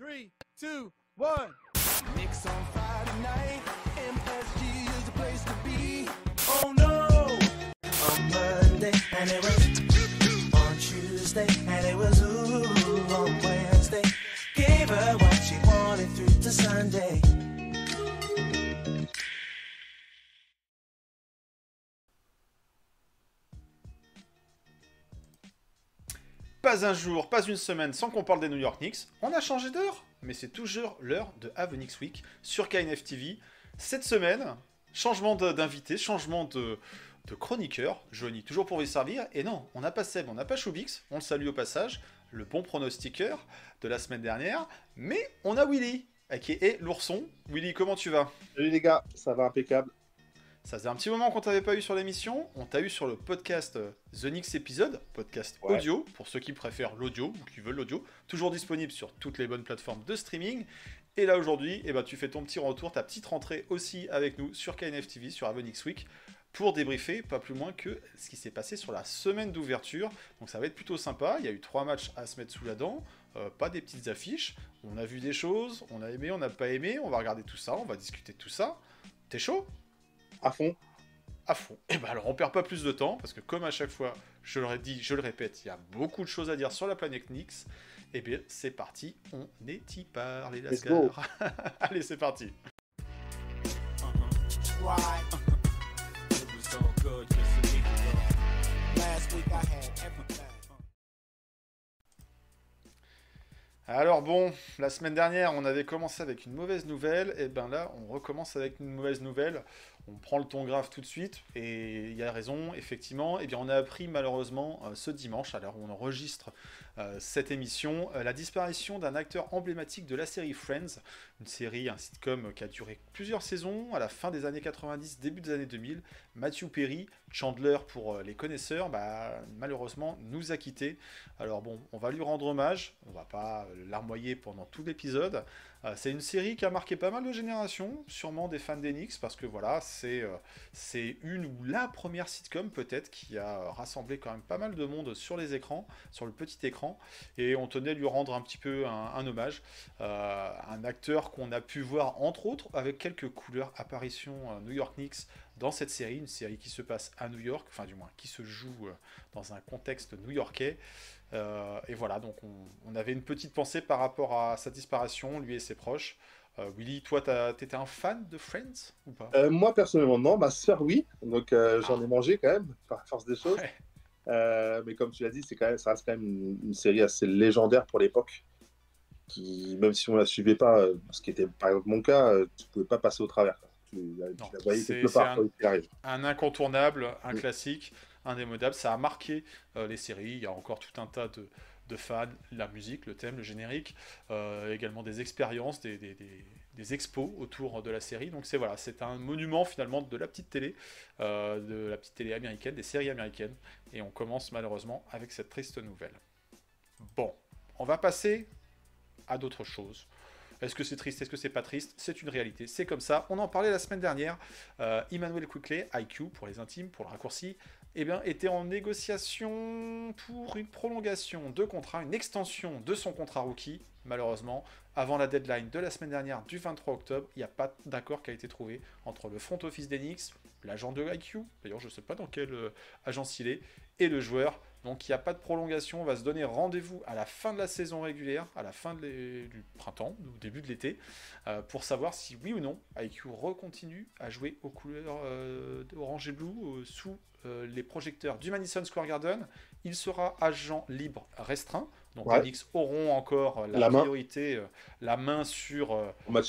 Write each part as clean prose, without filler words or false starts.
3, 2, 1. Knicks on Friday night, MSG is the place to be. Oh no! On Monday, and it was on Tuesday, and it was ooh on Wednesday. Gave her what she wanted through to Sunday. Pas un jour, pas une semaine sans qu'on parle des New York Knicks. On a changé d'heure, mais c'est toujours l'heure de Have a Knicks Week sur KNF TV. Cette semaine, changement d'invité, changement de chroniqueur. Johnny, toujours pour vous servir. Et non, on n'a pas Seb, on n'a pas Choubix, on le salue au passage, le bon pronostiqueur de la semaine dernière. Mais on a Willy, qui est l'ourson. Willy, comment tu vas? Salut les gars, ça va impeccable. Ça faisait un petit moment qu'on t'avait pas eu sur l'émission. On t'a eu sur le podcast The Knicks Episode, podcast audio, pour ceux qui préfèrent l'audio ou qui veulent l'audio. Toujours disponible sur toutes les bonnes plateformes de streaming. Et là aujourd'hui, tu fais ton petit retour, ta petite rentrée aussi avec nous sur KNF TV, sur Have a Knicks Week, pour débriefer pas plus moins que ce qui s'est passé sur la semaine d'ouverture. Donc ça va être plutôt sympa. Il y a eu 3 matchs à se mettre sous la dent. Pas des petites affiches. On a vu des choses, on a aimé, on n'a pas aimé. On va regarder tout ça, on va discuter de tout ça. T'es chaud ? À fond. À fond. Et alors on perd pas plus de temps, parce que comme à chaque fois, je le dis, je le répète, il y a beaucoup de choses à dire sur la planète Knicks. Et bien c'est parti, on est y par les Lascars. Allez, c'est parti. Alors bon, la semaine dernière, on avait commencé avec une mauvaise nouvelle, et ben là, on recommence avec une mauvaise nouvelle. On prend le ton grave tout de suite, et il y a raison, effectivement. Et bien, on a appris malheureusement ce dimanche, à l'heure où on enregistre cette émission, la disparition d'un acteur emblématique de la série Friends, une série, un sitcom qui a duré plusieurs saisons, à la fin des années 90, début des années 2000. Matthew Perry, Chandler pour les connaisseurs, malheureusement nous a quittés. Alors bon, on va lui rendre hommage, on va pas larmoyer pendant tout l'épisode. C'est une série qui a marqué pas mal de générations, sûrement des fans des Knicks, parce que voilà, c'est une ou la première sitcom peut-être qui a rassemblé quand même pas mal de monde sur les écrans, sur le petit écran, et on tenait à lui rendre un petit peu un hommage. Un acteur qu'on a pu voir entre autres avec quelques couleurs apparitions New York Knicks dans cette série, une série qui se passe à New York, enfin du moins qui se joue dans un contexte new-yorkais. Et voilà, donc on avait une petite pensée par rapport à sa disparition, lui et ses proches. Willy, toi, t'étais un fan de Friends ou pas? Moi personnellement non, ma sœur oui, donc j'en ai mangé quand même, par force des choses. Ouais. Mais comme tu l'as dit, ça reste quand même une série assez légendaire pour l'époque, qui, même si on ne la suivait pas, ce qui était par exemple mon cas, tu ne pouvais pas passer au travers. Tu la voyais quelque part quand il arrive. Un incontournable, un classique, indémodable. Ça a marqué les séries. Il y a encore tout un tas de fans, la musique, le thème, le générique, également des expériences, des expos autour de la série. Donc c'est un monument finalement de la petite télé américaine, des séries américaines. Et on commence malheureusement avec cette triste nouvelle. Bon, on va passer à d'autres choses. Est-ce que c'est triste? Est-ce que c'est pas triste? C'est une réalité, c'est comme ça. On en parlait la semaine dernière. Immanuel Quickley, IQ pour les intimes, pour le raccourci, était en négociation pour une prolongation de contrat, une extension de son contrat rookie. Malheureusement, avant la deadline de la semaine dernière du 23 octobre, il n'y a pas d'accord qui a été trouvé entre le front office des Knicks, l'agent de IQ, d'ailleurs je ne sais pas dans quelle agence il est, et le joueur. Donc il n'y a pas de prolongation, on va se donner rendez-vous à la fin de la saison régulière, à la fin du printemps, au début de l'été, pour savoir si oui ou non IQ recontinue à jouer aux couleurs orange et bleu sous les projecteurs du Madison Square Garden. Il sera agent libre restreint, donc les Knicks auront encore la priorité, la main sur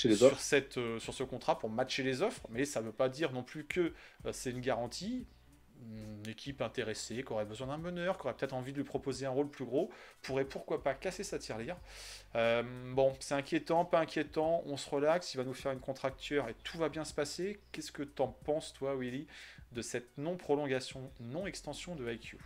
ce contrat pour matcher les offres, mais ça ne veut pas dire non plus que c'est une garantie. Une équipe intéressée, qui aurait besoin d'un meneur, qui aurait peut-être envie de lui proposer un rôle plus gros, pourrait pourquoi pas casser sa tirelire. Bon, c'est inquiétant, pas inquiétant, on se relaxe, il va nous faire une contracture et tout va bien se passer. Qu'est-ce que t'en penses, toi, Willy, de cette non-prolongation, non-extension de IQ?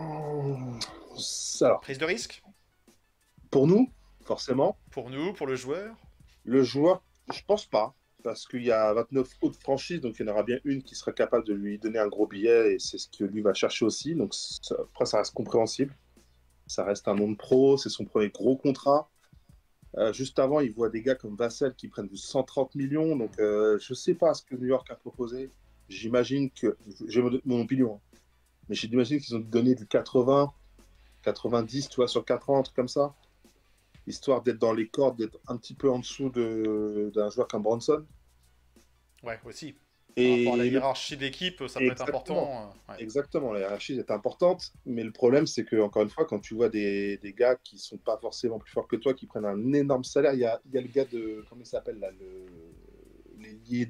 Alors, prise de risque? Pour nous, forcément. Pour nous, pour le joueur? Le joueur, je pense pas. Parce qu'il y a 29 autres franchises, donc il y en aura bien une qui sera capable de lui donner un gros billet, et c'est ce que lui va chercher aussi. Donc après, ça reste compréhensible. Ça reste un nom de pro, c'est son premier gros contrat. Juste avant, il voit des gars comme Vassell qui prennent du 130 millions. Donc, je sais pas ce que New York a proposé. J'imagine que, j'ai mon opinion, hein, mais j'imagine qu'ils ont donné du 80, 90, tu vois, sur 4 ans, un truc comme ça, histoire d'être dans les cordes, d'être un petit peu en dessous d'un joueur comme Bronson. Ouais, aussi. Par rapport à la Et hiérarchie de l'équipe, ça peut être exactement, important. Ouais. exactement, la hiérarchie est importante, mais le problème, c'est que, encore une fois, quand tu vois des gars qui sont pas forcément plus forts que toi, qui prennent un énorme salaire, il y a le gars de, comment il s'appelle là, l'ailier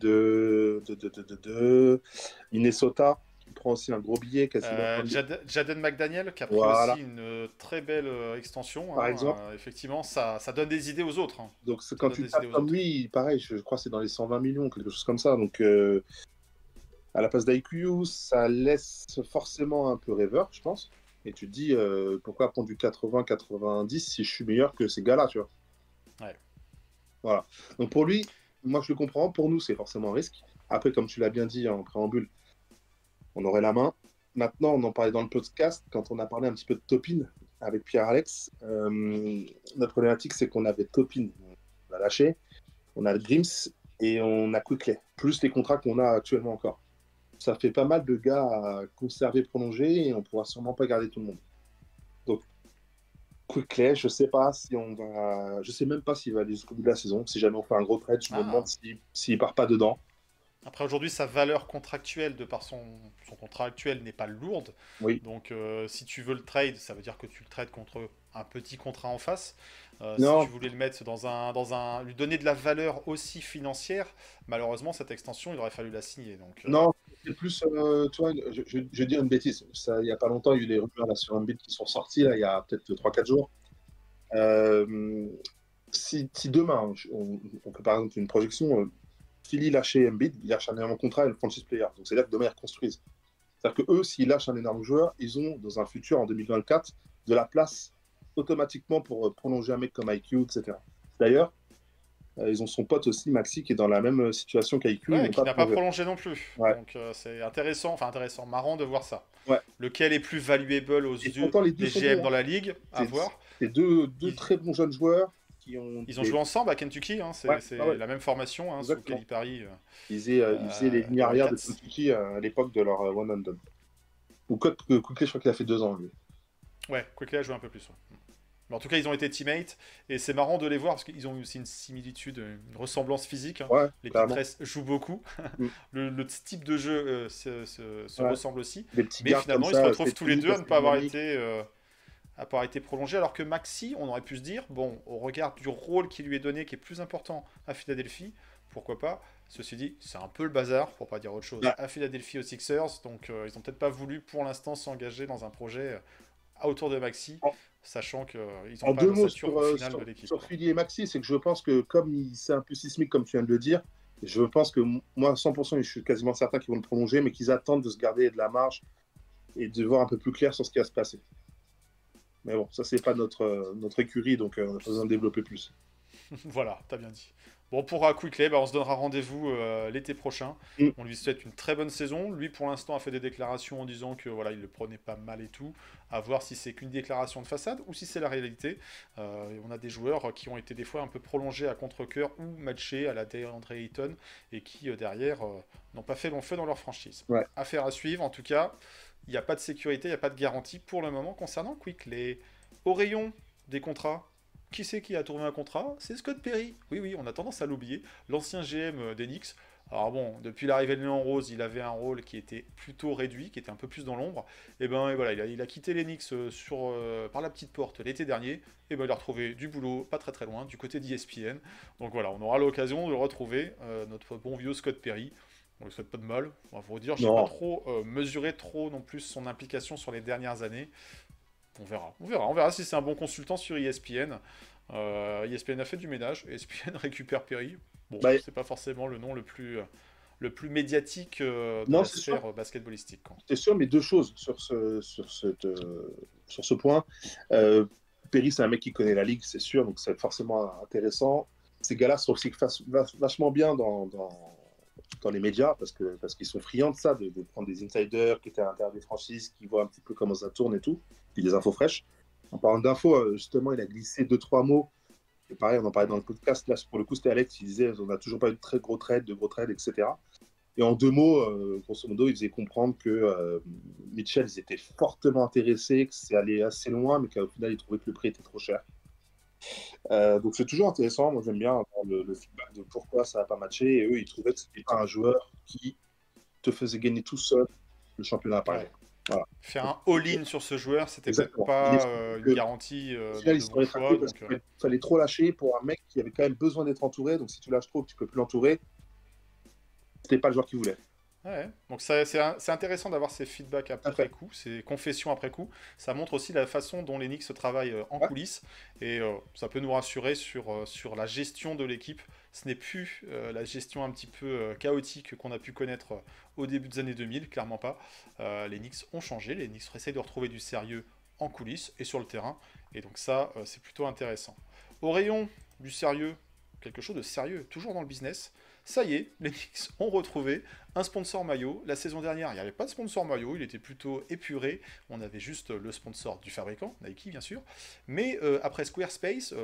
de Minnesota, qui prend aussi un gros billet, quasiment. Jaden McDaniel qui a pris Voilà, aussi une très belle extension. par exemple. Effectivement, ça donne des idées aux autres. Hein. Donc, Ça quand donne tu des idées tapes aux comme autres. lui, pareil, je crois que c'est dans les 120 millions, quelque chose comme ça. Donc, à la place d'IQ, ça laisse forcément un peu rêveur, je pense. Et tu te dis, pourquoi prendre du 80-90 si je suis meilleur que ces gars-là, tu vois. Ouais. Voilà. Donc pour lui, moi je le comprends. Pour nous, c'est forcément un risque. Après, comme tu l'as bien dit en préambule, on aurait la main. Maintenant, on en parlait dans le podcast, quand on a parlé un petit peu de Topin avec Pierre-Alex. Notre problématique, c'est qu'on avait Topin, on l'a lâché, on a Grims et on a Quickley, plus les contrats qu'on a actuellement encore. Ça fait pas mal de gars à conserver, prolonger, et on pourra sûrement pas garder tout le monde. Donc, Quickley, je sais pas si on va. Je sais même pas s'il va aller jusqu'au bout de la saison. Si jamais on fait un gros trade, je me demande Ah. s'il part pas dedans. Après, aujourd'hui, sa valeur contractuelle, de par son contrat actuel, n'est pas lourde. Oui. Donc, si tu veux le trade, ça veut dire que tu le trades contre un petit contrat en face. Si tu Non, voulais le mettre lui donner de la valeur aussi financière, malheureusement, cette extension, il aurait fallu la signer. Donc, non, c'est plus. Tu vois, je vais dire une bêtise. Ça, il y a pas longtemps, il y a eu des rumeurs là, sur Embiid qui sont sorties, là, il y a peut-être 3-4 jours. Euh, si demain, on fait par exemple une projection, Philly lâchait Embiid, il lâche un énorme contrat et le franchise player. Donc c'est-à-dire que demain, ils reconstruisent. C'est-à-dire que eux, s'ils lâchent un énorme joueur, ils ont dans un futur, en 2024, de la place automatiquement pour prolonger un mec comme IQ, etc. D'ailleurs, ils ont son pote aussi, Maxi, qui est dans la même situation qu'IQ, ils ouais, n'ont qui pas n'a pas prolongé. prolongé non plus. Ouais, Donc, c'est intéressant, marrant de voir ça. ouais. Lequel est plus valuable aux Et yeux pourtant, les deux des sont GM bons, dans hein. la ligue, à C'est voir. c'est deux Ils, très bons jeunes joueurs qui ont ils ont des... joué ensemble à Kentucky, hein, Ouais, ah c'est ouais, la même formation sous exactement. Calipari Ils faisaient les lignes des arrière de Wildcats. Kentucky à l'époque de leur one and done. Ou Quickly, je crois qu'il a fait 2 ans, lui. Ouais, Quickly a joué un peu plus. Ouais. Mais en tout cas, ils ont été teammates et c'est marrant de les voir parce qu'ils ont aussi une similitude, une ressemblance physique. Hein. Ouais, Les clairement. Pitres jouent beaucoup. Mm. Le type de jeu se Ouais. ressemble aussi. Des petits Mais gardes comme finalement, ils se ça, retrouvent assez tous les techniques, deux assez dynamiques. à pas avoir été prolongés. Alors que Maxi, on aurait pu se dire, bon, au regard du rôle qui lui est donné, qui est plus important à Philadelphie, pourquoi pas. Ceci dit, c'est un peu le bazar, pour pas dire autre chose, Ouais. à Philadelphie aux Sixers. Donc, ils ont peut-être pas voulu pour l'instant s'engager dans un projet autour de Maxi, En, sachant qu'ils n'ont en pas deux mots l'ossature sur, au final de l'équipe. sur Philly et Maxi, c'est que je pense que comme c'est un peu sismique, comme tu viens de le dire, je pense que moi, 100%, je suis quasiment certain qu'ils vont le prolonger, mais qu'ils attendent de se garder de la marge et de voir un peu plus clair sur ce qui va se passer. Mais bon, ça, c'est pas notre écurie, donc on a pas besoin de développer plus. Voilà, t'as bien dit. Bon, pour Quickley, on se donnera rendez-vous l'été prochain. Mm. On lui souhaite une très bonne saison. Lui, pour l'instant, a fait des déclarations en disant que voilà, il le prenait pas mal et tout. À voir si c'est qu'une déclaration de façade ou si c'est la réalité. On a des joueurs qui ont été des fois un peu prolongés à contre-cœur ou matchés à la DeAndre Ayton et qui derrière n'ont pas fait long feu dans leur franchise. Ouais. Affaire à suivre. En tout cas, il n'y a pas de sécurité, il n'y a pas de garantie pour le moment concernant Quickley. Au rayon des contrats. Qui c'est qui a tourné un contrat? C'est Scott Perry. Oui, oui, on a tendance à l'oublier. L'ancien GM des Knicks. Alors bon, depuis l'arrivée de Léon Rose, il avait un rôle qui était plutôt réduit, qui était un peu plus dans l'ombre. Et voilà, il a quitté les Knicks par la petite porte l'été dernier. Et ben il a retrouvé du boulot pas très très loin, du côté d'ESPN. Donc voilà, on aura l'occasion de le retrouver, notre bon vieux Scott Perry. On ne lui souhaite pas de mal. On va vous dire, je n'ai pas Non. trop mesuré trop non plus son implication sur les dernières années. On verra si c'est un bon consultant sur ESPN. ESPN a fait du ménage, ESPN récupère Perry. Bon, Bah, c'est pas forcément le nom le plus médiatique de non, la c'est sûr. sphère basketballistique. Quoi. C'est sûr, mais deux choses sur ce point. Perry, c'est un mec qui connaît la ligue, c'est sûr, donc c'est forcément intéressant. Ces gars-là sont aussi vachement bien dans les médias parce qu'ils sont friands de ça, de prendre des insiders qui étaient à l'intérieur des franchises, qui voient un petit peu comment ça tourne et tout, puis des infos fraîches. En parlant d'infos, justement, il a glissé 2-3 mots Et pareil, on en parlait dans le podcast. Là, pour le coup, c'était Alex qui disait on n'a toujours pas eu de très gros trades, de gros trades, etc. Et en 2 mots, grosso modo, il faisait comprendre que Mitchell, ils étaient fortement intéressés, que c'est allé assez loin, mais qu'au final, ils trouvaient que le prix était trop cher. Donc c'est toujours intéressant. Moi, j'aime bien avoir le feedback de pourquoi ça n'a pas matché. Et eux, ils trouvaient que c'était pas un joueur qui te faisait gagner tout seul le championnat, par Ouais. exemple. Voilà. Faire un all-in sur ce joueur, c'était peut-être Exactement. pas Il une que, garantie au de final, ils se sont bon rétractés choix. parce Donc, qu'il fallait trop lâcher pour un mec qui avait quand même besoin d'être entouré. Donc si tu lâches trop, que tu peux plus l'entourer, c'était pas le joueur qu'il voulait. ouais. Donc c'est intéressant d'avoir ces feedbacks après coup, ces confessions après coup. Ça montre aussi la façon dont les Knicks travaillent en Ouais. coulisses et ça peut nous rassurer sur la gestion de l'équipe. Ce n'est plus la gestion un petit peu chaotique qu'on a pu connaître au début des années 2000, clairement pas. Les Knicks ont changé, les Knicks essayent de retrouver du sérieux en coulisses et sur le terrain. Et donc ça, c'est plutôt intéressant. Au rayon du sérieux, quelque chose de sérieux, toujours dans le business. Ça y est, les Knicks ont retrouvé un sponsor maillot. La saison dernière, il n'y avait pas de sponsor maillot, il était plutôt épuré. On avait juste le sponsor du fabricant, Nike bien sûr. Mais après Squarespace,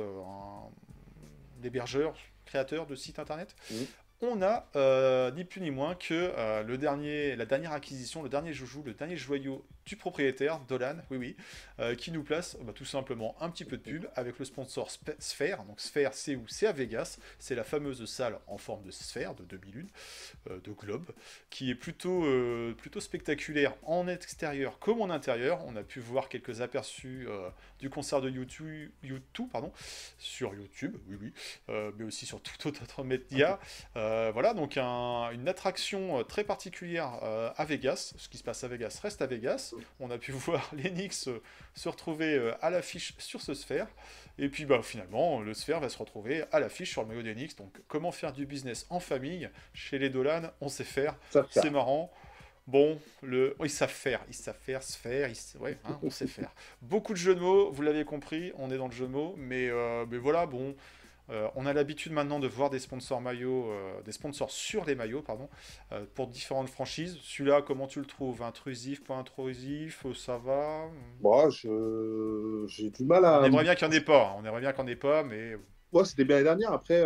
l'hébergeur, créateur de site internet, on a ni plus ni moins que la dernière acquisition, le dernier joujou, le dernier joyau du propriétaire, Dolan, oui, qui nous place tout simplement un petit peu de pub avec le sponsor Sphere. Donc Sphere, c'est où? C'est à Vegas. C'est la fameuse salle en forme de sphère de 2001, de globe, qui est plutôt spectaculaire en extérieur comme en intérieur. On a pu voir quelques aperçus du concert de YouTube, pardon, sur YouTube, oui, mais aussi sur tout autre média. Voilà, donc une attraction très particulière à Vegas. Ce qui se passe à Vegas reste à Vegas. On a pu voir les Knicks se retrouver à l'affiche sur ce Sphère. Et puis finalement, le Sphère va se retrouver à l'affiche sur le maillot des Knicks. Donc comment faire du business en famille? Chez les Dolan, on sait faire. C'est marrant. Bon, ils savent faire, Sphère, ouais, on sait faire. Beaucoup de jeux de mots, vous l'avez compris, on est dans le jeu de mots, mais voilà, bon, on a l'habitude maintenant de voir des sponsors maillots, des sponsors sur les maillots, pardon, pour différentes franchises. Celui-là, comment tu le trouves? Intrusif, pas intrusif, ça va? Moi, j'ai du mal à. On aimerait bien qu'il n'y en ait pas, mais Ouais, c'était bien l'année dernière. Après,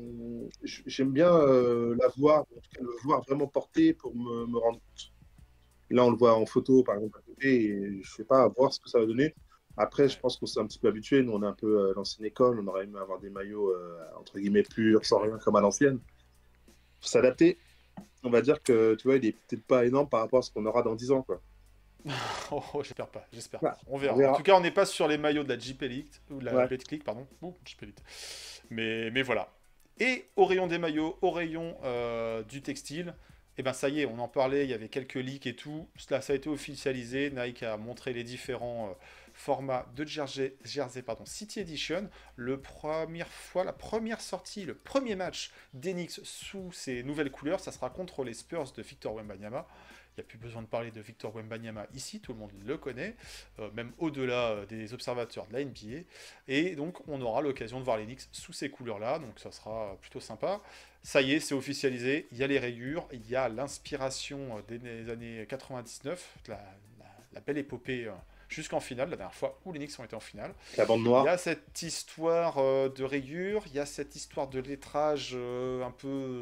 j'aime bien la voir, en tout cas le voir vraiment porter pour me rendre compte. Là, on le voit en photo, par exemple, à côté, et je sais pas, à voir ce que ça va donner. Après, je pense qu'on s'est un petit peu habitué. Nous, on est un peu l'ancienne école. On aurait aimé avoir des maillots, entre guillemets, purs, sans rien, comme à l'ancienne. Faut s'adapter. On va dire que, tu vois, il est peut-être pas énorme par rapport à ce qu'on aura dans 10 ans, quoi. j'espère pas. Ouais, On verra. on verra. En tout cas, on n'est pas sur les maillots de la Jeep Elite, ou de la Ouais. Betclic, pardon. Ouh, Jeep Elite. Mais voilà. Et au rayon des maillots, au rayon du textile, et ben ça y est, on en parlait, il y avait quelques leaks et tout. Cela, ça a été officialisé. Nike a montré les différents formats de jersey, City Edition. La première sortie, le premier match d'Enix sous ces nouvelles couleurs, ça sera contre les Spurs de Victor Wembanyama. Il n'y a plus besoin de parler de Victor Wembanyama ici, tout le monde le connaît, même au-delà des observateurs de la NBA. Et donc, on aura l'occasion de voir les Knicks sous ces couleurs-là, donc ça sera plutôt sympa. Ça y est, c'est officialisé, il y a les rayures, il y a l'inspiration des années 99, la belle épopée jusqu'en finale, la dernière fois où les Knicks ont été en finale. La bande Il noire. y a cette histoire de rayures, il y a cette histoire de lettrage un peu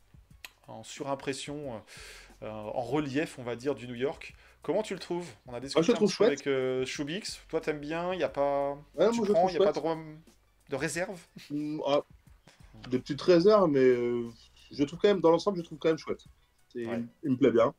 en surimpression, en relief, on va dire, du New York. Comment tu le trouves? On a Moi, je discuté le un trouve petit peu chouette. avec Shubix. Toi, t'aimes bien? Il y a pas... Ouais, Tu moi, je le prends? trouve Il n'y a pas chouette. de réserve? Ah, de petites réserves, mais je trouve quand même, dans l'ensemble, je trouve quand même chouette. Ouais. Il me plaît bien.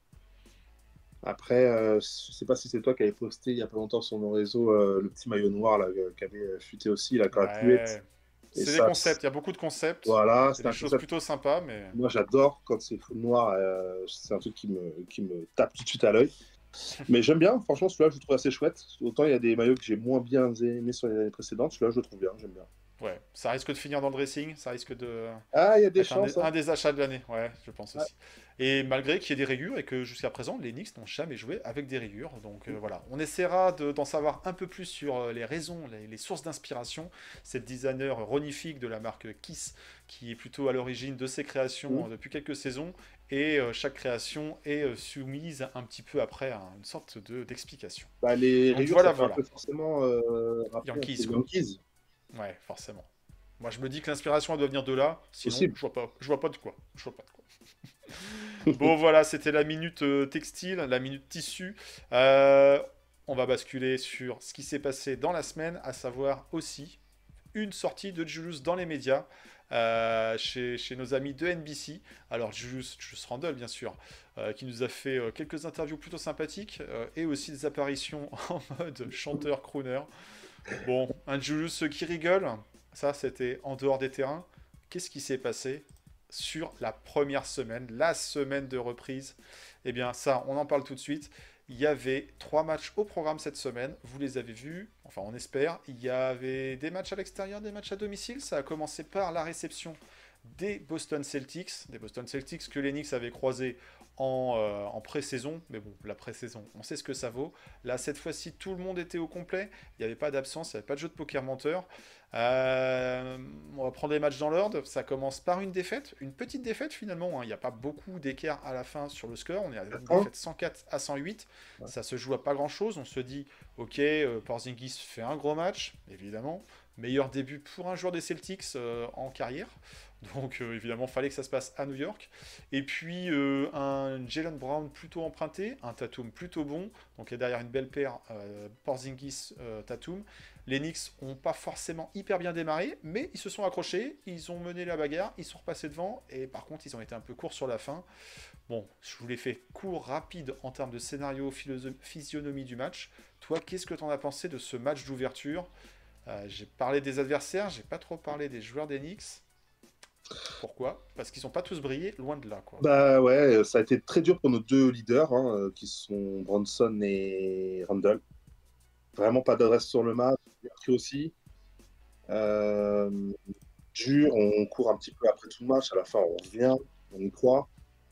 Après, je sais pas si c'est toi qui avais posté il y a pas longtemps sur nos réseaux le petit maillot noir là, qui avait fuité aussi, là, quand la pluie est. Ouais. Et C'est des ça, concepts, il y a beaucoup de concepts. voilà, Il y c'est a un des choses concept. plutôt sympas, mais... Moi, j'adore quand c'est full noir. C'est un truc qui me tape tout de suite à l'œil. Mais j'aime bien, franchement, celui-là, je le trouve assez chouette. Autant il y a des maillots que j'ai moins bien aimés sur les années précédentes, celui-là, je le trouve bien, j'aime bien. Ouais, ça risque de finir dans le dressing, ça risque de... Ah, il y a des être chances, hein. un des achats de l'année, ouais, je pense Ouais. aussi. Et malgré qu'il y ait des rayures et que jusqu'à présent, les Knicks n'ont jamais joué avec des rayures. Donc voilà, on essaiera d'en savoir un peu plus sur les raisons, les sources d'inspiration. C'est le designer ronifique de la marque Kiss qui est plutôt à l'origine de ces créations Mhm. depuis quelques saisons. Et chaque création est soumise un petit peu après à une sorte d'explication. Les Donc rayures, voilà, ça fait un voilà. peu forcément rappeler un peu Yankees, les quoi. Yankees. Ouais, forcément. Moi, je me dis que l'inspiration elle doit venir de là. Sinon, Possible. je vois pas de quoi. Je vois pas de quoi. Bon, voilà, c'était la minute textile, la minute tissu. Euh, on va basculer sur ce qui s'est passé dans la semaine, à savoir aussi une sortie de Julius dans les médias chez nos amis de NBC. Alors Julius Randle, bien sûr, qui nous a fait quelques interviews plutôt sympathiques et aussi des apparitions en mode chanteur crooner. Bon, un Julius qui rigole, ça c'était en dehors des terrains. Qu'est-ce qui s'est passé sur la première semaine, la semaine de reprise? Eh bien ça, on en parle tout de suite. Il y avait 3 matchs au programme cette semaine, vous les avez vus, enfin on espère. Il y avait des matchs à l'extérieur, des matchs à domicile. Ça a commencé par la réception des Boston Celtics que les Knicks avaient croisés en pré-saison. Mais bon, la pré-saison, on sait ce que ça vaut. Là, cette fois-ci, tout le monde était au complet. Il n'y avait pas d'absence, il n'y avait pas de jeu de poker menteur. On va prendre les matchs dans l'ordre. Ça commence par une défaite, une petite défaite finalement, hein. Il n'y a pas beaucoup d'écart à la fin sur le score. On est à une défaite 104 à 108. Ouais. Ça se joue à pas grand-chose. On se dit, ok, Porzingis fait un gros match, évidemment. Meilleur début pour un joueur des Celtics en carrière. Donc évidemment, fallait que ça se passe à New York. Et puis un Jaylen Brown plutôt emprunté, un Tatum plutôt bon. Donc il y a derrière une belle paire Porzingis-Tatum. Les Knicks n'ont pas forcément hyper bien démarré, mais ils se sont accrochés, ils ont mené la bagarre, ils sont repassés devant, et par contre ils ont été un peu courts sur la fin. Bon, je vous l'ai fait court, rapide en termes de scénario, physionomie du match. Toi, qu'est-ce que tu en as pensé de ce match d'ouverture? J'ai parlé des adversaires, j'ai pas trop parlé des joueurs des Knicks. Pourquoi? Parce qu'ils sont pas tous brillés, loin de là, quoi. Bah ouais, ça a été très dur pour nos deux leaders, hein, qui sont Bronson et Randall. Vraiment pas d'adresse sur le match, aussi. Euh, Dur, on court un petit peu après tout le match, à la fin on revient, on y croit.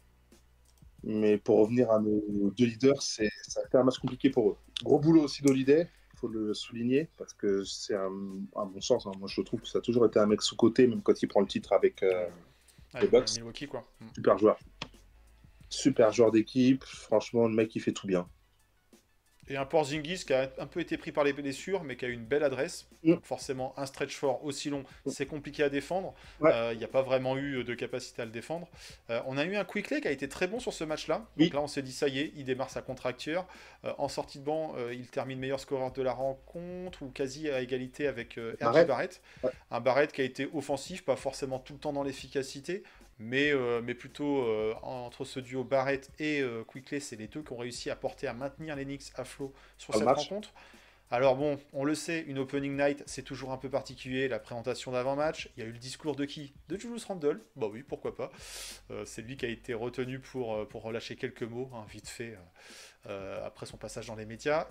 Mais pour revenir à nos deux leaders, ça a été un match compliqué pour eux. Gros boulot aussi d'Holiday, il faut le souligner, parce que c'est à mon sens, hein, moi je trouve que ça a toujours été un mec sous-coté, même quand il prend le titre avec les Bucks. Milwaukee, quoi. Super joueur. Super joueur d'équipe, franchement, le mec il fait tout bien. Et un Porzingis qui a un peu été pris par les blessures, mais qui a une belle adresse. Donc forcément, un stretch fort aussi long, c'est compliqué à défendre. Il Ouais. n'y a pas vraiment eu de capacité à le défendre. On a eu un Quickley qui a été très bon sur ce match-là. Oui. Donc là, on s'est dit, ça y est, il démarre sa contracture. En sortie de banc, il termine meilleur scoreur de la rencontre, ou quasi à égalité avec R.J. Barrett. Ouais. Un Barrett qui a été offensif, pas forcément tout le temps dans l'efficacité, mais plutôt entre ce duo Barrett et Quickley, c'est les deux qui ont réussi à porter, à maintenir les Knicks à flot sur cette rencontre. Alors bon, on le sait, une opening night, c'est toujours un peu particulier, la présentation d'avant-match. Il y a eu le discours de qui? De Julius Randle. Bah oui, pourquoi pas. C'est lui qui a été retenu pour relâcher quelques mots, hein, vite fait, après son passage dans les médias.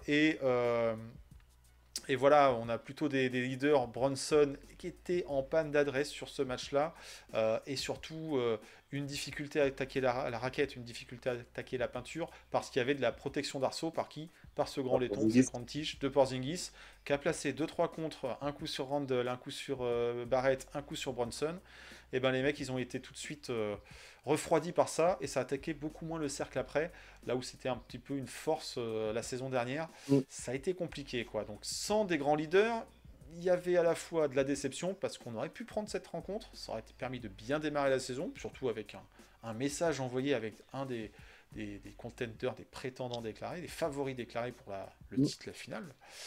Et voilà, on a plutôt des leaders, Bronson, qui était en panne d'adresse sur ce match-là, et surtout une difficulté à attaquer la raquette, une difficulté à attaquer la peinture, parce qu'il y avait de la protection d'arceau par qui? Par ce grand laiton, cette grande tige de Porzingis, qui a placé 2-3 contre, un coup sur Randle, un coup sur Barrett, un coup sur Bronson. Et ben les mecs, ils ont été tout de suite refroidis par ça, et ça a attaqué beaucoup moins le cercle après, là où c'était un petit peu une force la saison dernière. Ça a été compliqué, quoi. Donc sans des grands leaders, il y avait à la fois de la déception, parce qu'on aurait pu prendre cette rencontre, ça aurait permis de bien démarrer la saison, surtout avec un message envoyé avec un des contenders, des prétendants déclarés, des favoris déclarés pour le titre, la finale.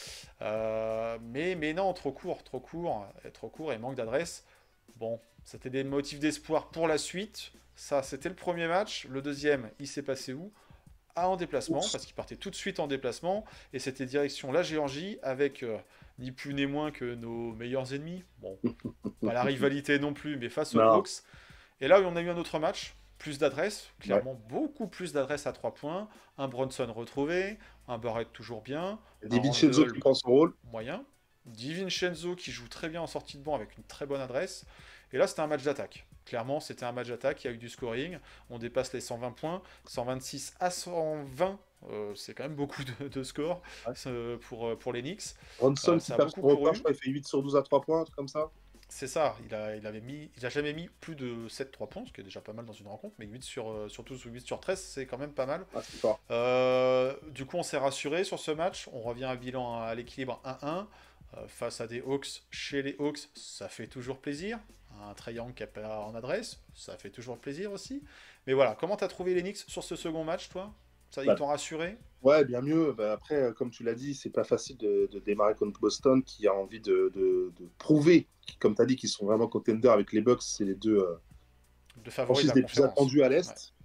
Mais non, trop court et manque d'adresse. Bon, c'était des motifs d'espoir pour la suite. Ça, c'était le premier match. Le deuxième, il s'est passé où? En déplacement, parce qu'il partait tout de suite en déplacement, et c'était direction la Géorgie, avec ni plus ni moins que nos meilleurs ennemis. Bon, pas la rivalité non plus, mais face aux Hawks. Et là, on a eu un autre match, plus d'adresse, clairement beaucoup plus d'adresse à 3 points, un Bronson retrouvé, un Barrett toujours bien, DiVincenzo qui prend son rôle. Moyen, DiVincenzo qui joue très bien en sortie de banc avec une très bonne adresse, et là c'était un match d'attaque. Clairement, c'était un match d'attaque, il y a eu du scoring, on dépasse les 120 points, 126 à 120, c'est quand même beaucoup de scores pour les Knicks. Bronson qui tape son record, je crois, il fait 8 sur 12 à 3 points, un truc comme ça. C'est ça, il a jamais mis plus de 7-3 points, ce qui est déjà pas mal dans une rencontre, mais 8 sur 12 ou 8 sur 13, c'est quand même pas mal. Ah, c'est fort. Du coup, on s'est rassuré sur ce match, on revient à bilan à l'équilibre 1-1. face à des Hawks, chez les Hawks, ça fait toujours plaisir. Un Trae Young qui n'a pas en adresse, ça fait toujours plaisir aussi. Mais voilà, comment t'as trouvé les Knicks sur ce second match, toi? Ça, ils Bah, t'ont rassuré? ouais, bien mieux. Bah, après, comme tu l'as dit, c'est pas facile de démarrer contre Boston qui a envie de prouver, comme tu as dit, qu'ils sont vraiment contenders avec les Bucks. C'est les deux De favoris de franchises la les plus conférence. attendues à Ouais. l'Est.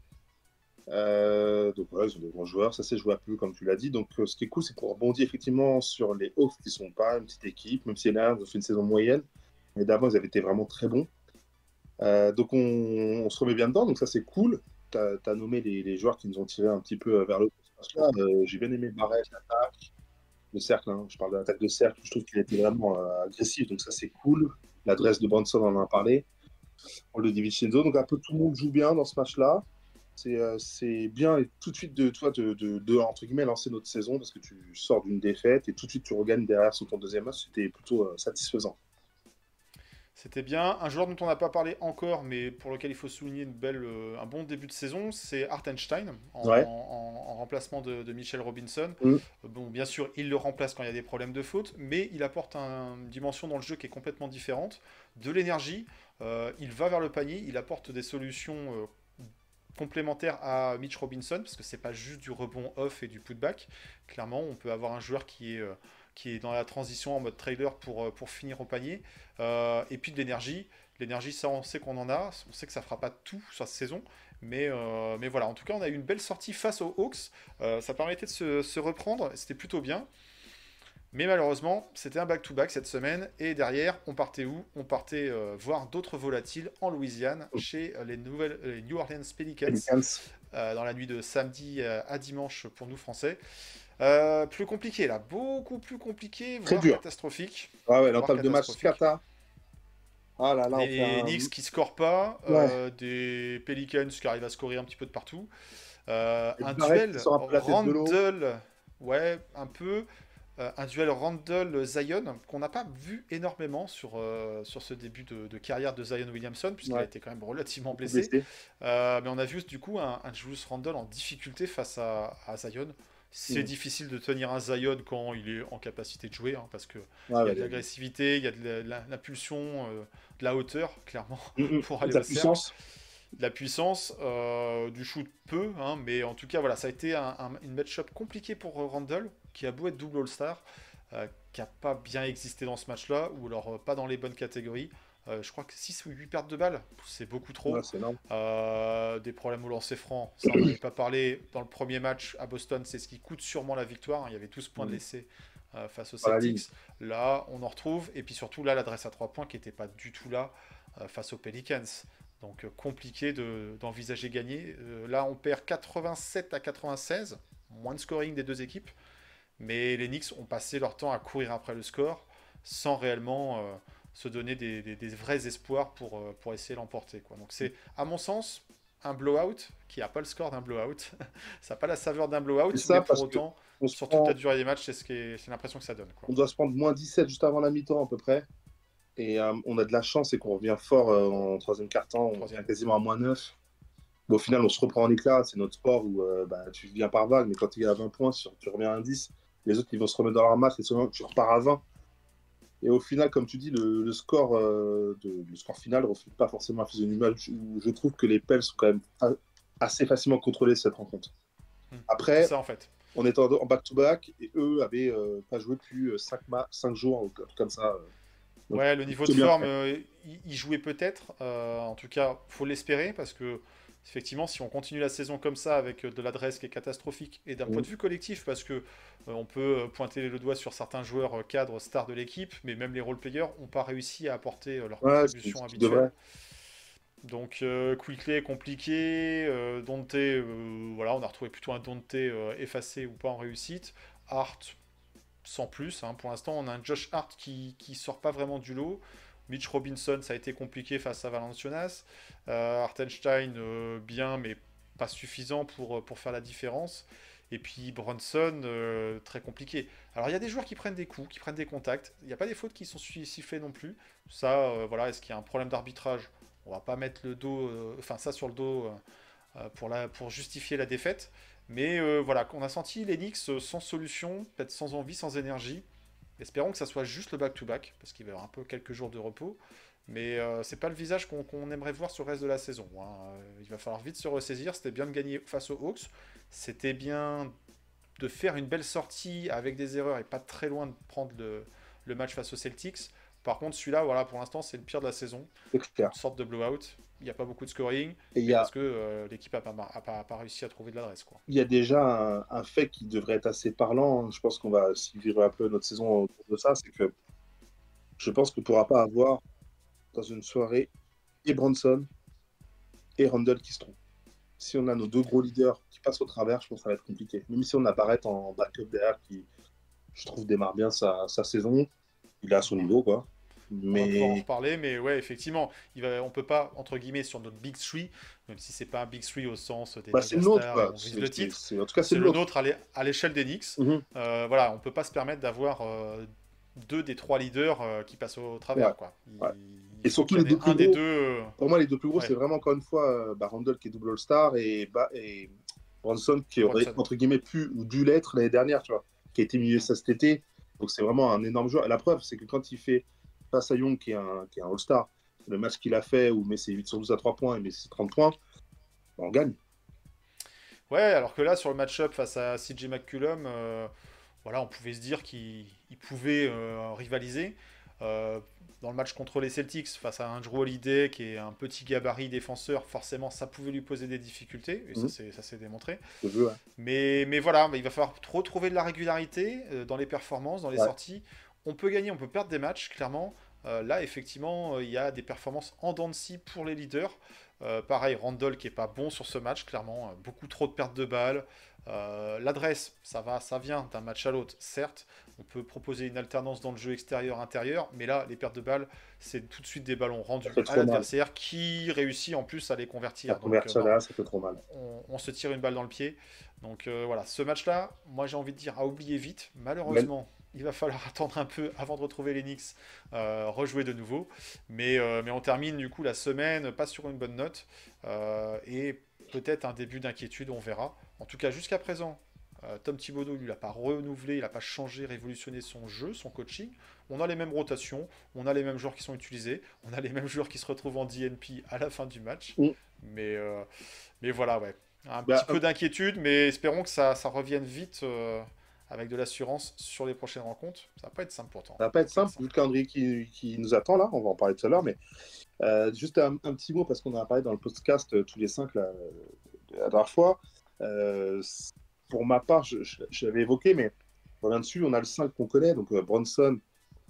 Donc voilà, ils ont des bons joueurs, ça s'est joué un peu comme tu l'as dit. Donc ce qui est cool, c'est qu'on rebondit effectivement sur les Hawks qui sont pas une petite équipe, même si là, ils ont fait une saison moyenne. Mais d'avant, ils avaient été vraiment très bons. Donc on se remet bien dedans, donc ça c'est cool. Tu as nommé les joueurs qui nous ont tiré un petit peu vers le haut. Là, j'ai bien aimé Barrett, l'attaque, le cercle. Hein. Je parle de l'attaque de cercle, je trouve qu'il était vraiment agressif, donc ça c'est cool. L'adresse de Bronson, on en a parlé. On le dit Vincenzo, donc un peu tout le monde joue bien dans ce match-là. C'est bien et tout de suite de toi entre guillemets lancer notre saison parce que tu sors d'une défaite et tout de suite tu regagnes derrière sur ton deuxième match, c'était plutôt satisfaisant. C'était bien. Un joueur dont on n'a pas parlé encore, mais pour lequel il faut souligner un bon début de saison, c'est Hartenstein, Ouais. en remplacement de Mitchell Robinson. Mm. Bon, bien sûr, il le remplace quand il y a des problèmes de faute, mais il apporte une dimension dans le jeu qui est complètement différente, de l'énergie. Il va vers le panier, il apporte des solutions complémentaire à Mitch Robinson, parce que c'est pas juste du rebond off et du putback. Clairement, on peut avoir un joueur qui est dans la transition en mode trailer pour finir au panier. Et puis de l'énergie. L'énergie, ça, on sait qu'on en a. On sait que ça fera pas tout sur cette saison. Mais voilà, en tout cas, on a eu une belle sortie face aux Hawks. Ça permettait de se reprendre. C'était plutôt bien. Mais malheureusement, c'était un back-to-back cette semaine. Et derrière, on partait où? On partait voir d'autres volatiles en Louisiane, chez les New Orleans Pelicans, Pelicans. dans la nuit de samedi à dimanche pour nous Français. Plus compliqué là, beaucoup plus compliqué, Très voire dur. catastrophique. Ah ouais, Voire l'entame de match catastrophique. Kata. Ah là là, on fait Des un. Knicks qui scorent pas, Ouais. des Pelicans qui arrivent à scorer un petit peu de partout. Et Un Barrett qui duel sort un peu la tête de l'eau. Randle, ouais, un peu. Un duel Randle-Zion qu'on n'a pas vu énormément sur ce début de carrière de Zion Williamson, puisqu'il a Ouais, été quand même relativement beaucoup blessé. blessé. Mais on a vu du coup un Julius Randle en difficulté face à Zion. C'est Mm. difficile de tenir un Zion quand il est en capacité de jouer, hein, parce qu'il Ouais, y a ouais, de l'agressivité, il y a de l'impulsion, de la hauteur, clairement, pour de aller la au cercle, puissance. de la puissance, du shoot peu, hein, mais en tout cas, voilà, ça a été une match-up compliquée pour Randle, qui a beau être double All-Star, qui n'a pas bien existé dans ce match-là, ou alors pas dans les bonnes catégories. Je crois que 6 ou 8 pertes de balles, c'est beaucoup Ouais, trop. c'est énorme. Des problèmes au lancer franc, ça on n'en avait pas parlé dans le premier match à Boston, c'est ce qui coûte sûrement la victoire. Il y avait 12 points de laissés face aux Par la ligne. Celtics. Là, on en retrouve, et puis surtout là, l'adresse à 3 points qui n'était pas du tout là face aux Pelicans. Donc compliqué d'envisager gagner. Là, on perd 87 à 96, moins de scoring des deux équipes, mais les Knicks ont passé leur temps à courir après le score sans réellement se donner des vrais espoirs pour essayer de l'emporter, quoi. Donc c'est, à mon sens, un blowout qui n'a pas le score d'un blowout. Ça n'a pas la saveur d'un blowout, C'est mais ça pour parce que autant, on se sur toute la prend, durée des matchs, c'est l'impression que ça donne, quoi. on doit se prendre moins 17 juste avant la mi-temps à peu près. Et on a de la chance et qu'on revient fort en troisième quart-temps. On revient Troisième. quasiment à moins 9. Bon, au final, on se reprend en éclat. C'est notre sport où bah, tu viens par vague, mais quand il y a 20 points, tu reviens à 10. Les autres, ils vont se remettre dans leur match et souvent, tu repars à 20. Et au final, comme tu dis, le score, le score final ne reflète pas forcément la physionomie du match. Où je trouve que les Pels sont quand même assez facilement contrôlés cette rencontre. C'est Après, ça en fait. on était en back-to-back et eux avaient pas joué depuis 5 jours, ou comme ça. Donc, Ouais, le niveau de c'est bien forme, fait. il jouait peut-être. En tout cas, faut l'espérer parce que effectivement, si on continue la saison comme ça avec de l'adresse qui est catastrophique et d'un point de vue collectif, parce que on peut pointer le doigt sur certains joueurs cadres stars de l'équipe, mais même les role-players n'ont pas réussi à apporter leur Ouais, contribution ce qui habituelle. devrait. Donc Quickley est compliqué, Dante, voilà, on a retrouvé plutôt un Dante effacé ou pas en réussite. Hart, sans plus, hein. Pour l'instant, on a un Josh Hart qui sort pas vraiment du lot. Mitch Robinson, ça a été compliqué face à Valanciunas. Hartenstein, bien, mais pas suffisant pour faire la différence. Et puis Bronson, très compliqué. Alors il y a des joueurs qui prennent des coups, qui prennent des contacts. Il n'y a pas des fautes qui sont sifflées non plus. Ça, voilà, est-ce qu'il y a un problème d'arbitrage? On va pas mettre le dos, enfin ça sur le dos pour justifier la défaite. Mais voilà, on a senti les Knicks sans solution, peut-être sans envie, sans énergie. Espérons que ça soit juste le back-to-back, parce qu'il va y avoir un peu quelques jours de repos. Mais c'est pas le visage qu'on aimerait voir sur le reste de la saison, hein. Il va falloir vite se ressaisir. C'était bien de gagner face aux Hawks. C'était bien de faire une belle sortie avec des erreurs et pas très loin de prendre le match face aux Celtics. Par contre, celui-là, voilà, pour l'instant, c'est le pire de la saison. C'est clair. Une sorte de blowout. Il n'y a pas beaucoup de scoring, Et mais parce que l'équipe n'a pas réussi à trouver de l'adresse, quoi. il y a déjà un fait qui devrait être assez parlant. Je pense qu'on va suivre un peu notre saison autour de ça. C'est que je pense qu'on ne pourra pas avoir dans une soirée et Bronson et Randle qui se trompent. Si on a nos deux gros leaders qui passent au travers, je pense que ça va être compliqué. Même si on a Barrett en backup derrière qui, je trouve, démarre bien sa saison. Il est à son niveau, quoi. On va pouvoir en Mais reparler, mais ouais, effectivement, on peut pas, entre guillemets, sur notre Big Three, même si c'est pas un Big Three au sens des bah, c'est le nôtre, Megastars et quoi. on vise le titre, En tout cas, c'est c'est le le nôtre. nôtre à l'échelle des Knicks. Mhm. Voilà, on peut pas se permettre d'avoir deux des trois leaders qui passent au Ouais, travers, quoi. ouais. Il Et faut surtout qu'il les y en deux ait plus un des gros. deux. Pour moi, les deux plus gros, Ouais. c'est vraiment encore une fois Randle qui est double All-Star et Bronson qui aurait, Bronson. entre guillemets, pu ou dû l'être l'année dernière, tu vois, qui a été milieu ça cet été. Donc c'est vraiment un énorme joueur. Et la preuve, c'est que quand il fait face à Young, qui est un All-Star, le match qu'il a fait où il met ses 8 sur 12 à 3 points, il met ses 30 points, bah, on gagne. Ouais, alors que là, sur le match-up face à CJ McCollum, voilà, on pouvait se dire qu'il pouvait rivaliser. Dans le match contre les Celtics, face à un Drew Holiday qui est un petit gabarit défenseur, forcément, ça pouvait lui poser des difficultés, et Mhm. ça s'est démontré. Je veux, ouais. Mais voilà, il va falloir retrouver de la régularité dans les performances, dans les Ouais. sorties. On peut gagner, on peut perdre des matchs, clairement. Là, effectivement, il y a des performances en dents de scie pour les leaders. Pareil, Randall qui est pas bon sur ce match, clairement. Beaucoup trop de pertes de balles. L'adresse, ça vient d'un match à l'autre, certes. On peut proposer une alternance dans le jeu extérieur-intérieur, mais là, les pertes de balles, c'est tout de suite des ballons rendus Ça fait à trop mal. l'adversaire qui réussit en plus à les La convertir. Donc, conversion là, ça fait trop mal. on se tire une balle dans le pied. Donc voilà, ce match-là, moi j'ai envie de dire à oublier vite. Mais Malheureusement, il va falloir attendre un peu avant de retrouver les Knicks, rejouer de nouveau. Mais on termine du coup la semaine pas sur une bonne note et peut-être un début d'inquiétude, on verra. En tout cas, jusqu'à présent, Tom Thibodeau, lui, il n'a pas renouvelé, il n'a pas changé, révolutionné son jeu, son coaching. On a les mêmes rotations, on a les mêmes joueurs qui sont utilisés, on a les mêmes joueurs qui se retrouvent en DNP à la fin du match. Mm. Mais voilà, ouais. Un bah, petit peu d'inquiétude, mais espérons que ça revienne vite avec de l'assurance sur les prochaines rencontres. Ça va pas être simple pourtant. ça va pas être simple, vu le calendrier qui nous attend là, on va en parler tout à l'heure, mais juste un petit mot, parce qu'on en a parlé dans le podcast tous les cinq là, la dernière fois. Euh, pour ma part, je l'avais évoqué, mais on revient dessus, on a le 5 qu'on connaît, donc Bronson,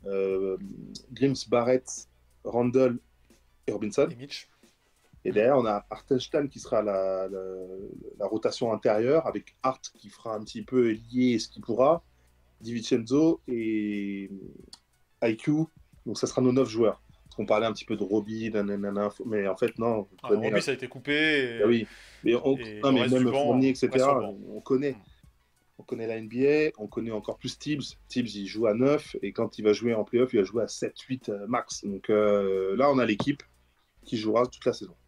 Grims, Barrett, Randle et Robinson. Et Mitch. Et derrière, on a Hartenstein qui sera la rotation intérieure, avec Hart qui fera un petit peu lié ce qu'il pourra, DiVincenzo et IQ. Donc ça sera nos 9 joueurs. Parce qu'on parlait un petit peu de Robbie, nanana, mais en fait, non. Robbie, ça a été coupé. Ah oui, mais, et non, le mais reste même du banc, Fournier, reste sur etc., le banc. on connaît. On connaît la NBA, on connaît encore plus Tibbs. Tibbs, il joue à 9, et quand il va jouer en playoff, il va jouer à 7, 8 max. Donc là, on a l'équipe qui jouera toute la saison.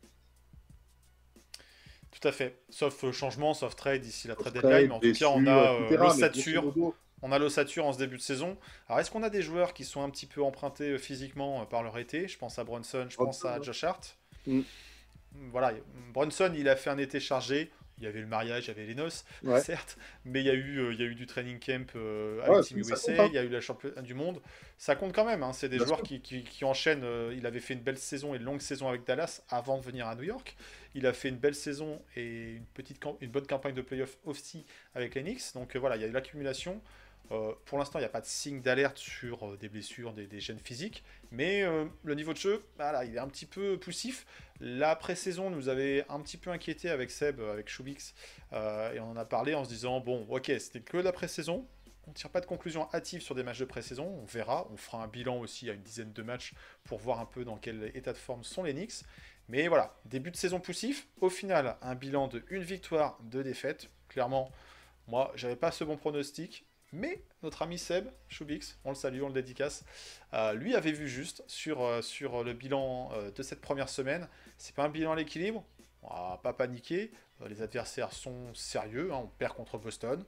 Tout à fait. Sauf changement, sauf trade d'ici la trade Trade, deadline. Mais en tout cas, on a blessures, etc., mais l'ossature. grosso modo, On a l'ossature en ce début de saison. Alors, est-ce qu'on a des joueurs qui sont un petit peu empruntés physiquement par leur été? Je pense à Brunson, je pense à ouais. Josh Hart. Mm. Voilà, Brunson, il a fait un été chargé. Il y avait le mariage, il y avait les noces, Ouais. certes, mais il y a eu du training camp Ouais, avec Team ça USA, compte, hein. il y a eu la championne du monde. Ça compte quand même, hein. C'est des Bien joueurs sûr. qui enchaînent. Il avait fait une belle saison et une longue saison avec Dallas avant de venir à New York. Il a fait une belle saison et une bonne campagne de playoff aussi avec les Knicks. Donc voilà, il y a eu l'accumulation. Pour l'instant, il n'y a pas de signe d'alerte sur des blessures, des gènes physiques, mais le niveau de jeu, voilà, il est un petit peu poussif. La pré-saison nous avait un petit peu inquiété avec Seb, avec Shubix, et on en a parlé en se disant, bon, ok, c'était que la pré-saison, on ne tire pas de conclusion hâtive sur des matchs de pré-saison, on verra, on fera un bilan aussi à une dizaine de matchs pour voir un peu dans quel état de forme sont les Knicks. Mais voilà, début de saison poussif, au final, un bilan de 1 victoire, 2 défaites. Clairement, moi, j'avais pas ce bon pronostic. Mais notre ami Seb, Shubix, on le salue, on le dédicace, lui avait vu juste sur le bilan de cette première semaine. C'est pas un bilan à l'équilibre, on va pas paniquer. Les adversaires sont sérieux, hein, on perd contre Boston.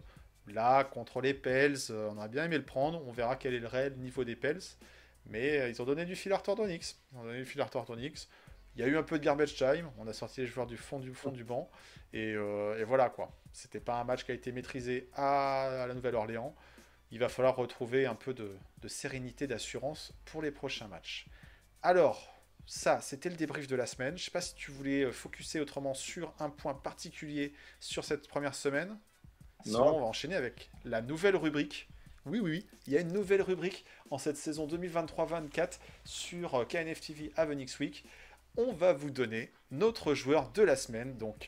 Là, contre les Pels, on aurait bien aimé le prendre. On verra quel est le réel niveau des Pels. Mais ils ont donné du fil à retordre Onyx. Ils ont donné du fil à retordre Onyx. Il y a eu un peu de garbage time. On a sorti les joueurs du fond du banc. Et voilà quoi. C'était pas un match qui a été maîtrisé à la Nouvelle-Orléans. Il va falloir retrouver un peu de sérénité, d'assurance pour les prochains matchs. Alors, ça, c'était le débrief de la semaine. Je sais pas si tu voulais focuser autrement sur un point particulier sur cette première semaine. Sinon, Non. on va enchaîner avec la nouvelle rubrique. Oui, oui, oui, il y a une nouvelle rubrique en cette saison 2023-24 sur KNF TV Avenix Week. On va vous donner notre joueur de la semaine. Donc,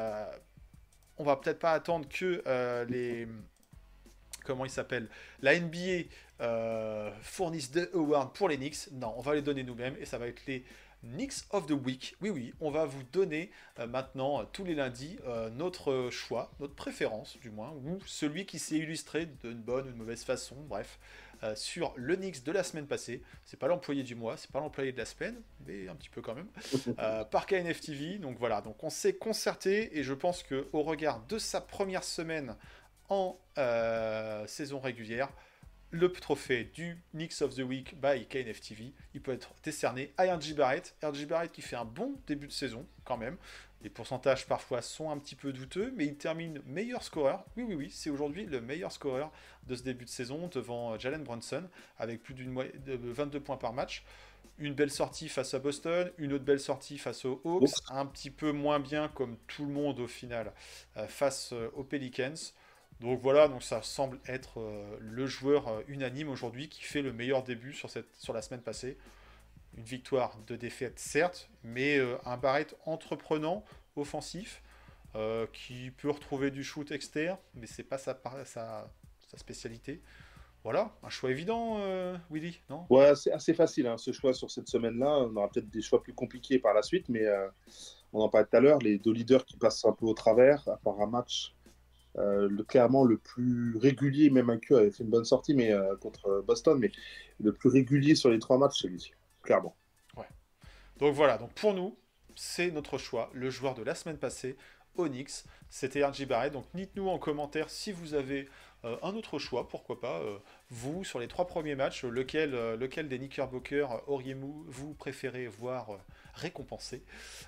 on va peut-être pas attendre que les... Comment il s'appelle, la NBA fournisse des awards pour les Knicks. Non, on va les donner nous-mêmes et ça va être les Knicks of the Week. Oui, oui, on va vous donner maintenant, tous les lundis, notre choix, notre préférence du moins, ou celui qui s'est illustré d'une bonne ou de mauvaise façon, bref, sur le Knicks de la semaine passée. C'est pas l'employé du mois, c'est pas l'employé de la semaine, mais un petit peu quand même, par KNF TV. Donc voilà, donc on s'est concerté et je pense qu'au regard de sa première semaine en saison régulière, le trophée du Knicks of the Week by KNF TV, il peut être décerné à R.J. Barrett. R.J. Barrett qui fait un bon début de saison quand même. Les pourcentages parfois sont un petit peu douteux, mais il termine meilleur scoreur. Oui, oui, oui, c'est aujourd'hui le meilleur scoreur de ce début de saison devant Jalen Brunson avec plus de 22 points par match. Une belle sortie face à Boston, une autre belle sortie face aux Hawks, un petit peu moins bien comme tout le monde au final face aux Pelicans. Donc voilà, donc ça semble être le joueur unanime aujourd'hui qui fait le meilleur début sur la semaine passée. Une victoire, de défaite certes, mais un Barrett entreprenant, offensif, qui peut retrouver du shoot externe, mais c'est pas sa spécialité. Voilà, un choix évident, Willy, non? Ouais, c'est assez facile hein, ce choix sur cette semaine-là. On aura peut-être des choix plus compliqués par la suite, mais on en parlait tout à l'heure. Les deux leaders qui passent un peu au travers, à part un match. Clairement le plus régulier, même un Q avait fait une bonne sortie mais, contre Boston, mais le plus régulier sur les 3 matchs, c'est lui, clairement. Ouais. Donc voilà, donc pour nous, c'est notre choix, le joueur de la semaine passée, Onyx, c'était R.J. Barrett. Donc dites-nous en commentaire si vous avez un autre choix, pourquoi pas, vous, sur les 3 premiers matchs, lequel des Knickerbockers auriez-vous préféré voir récompensé.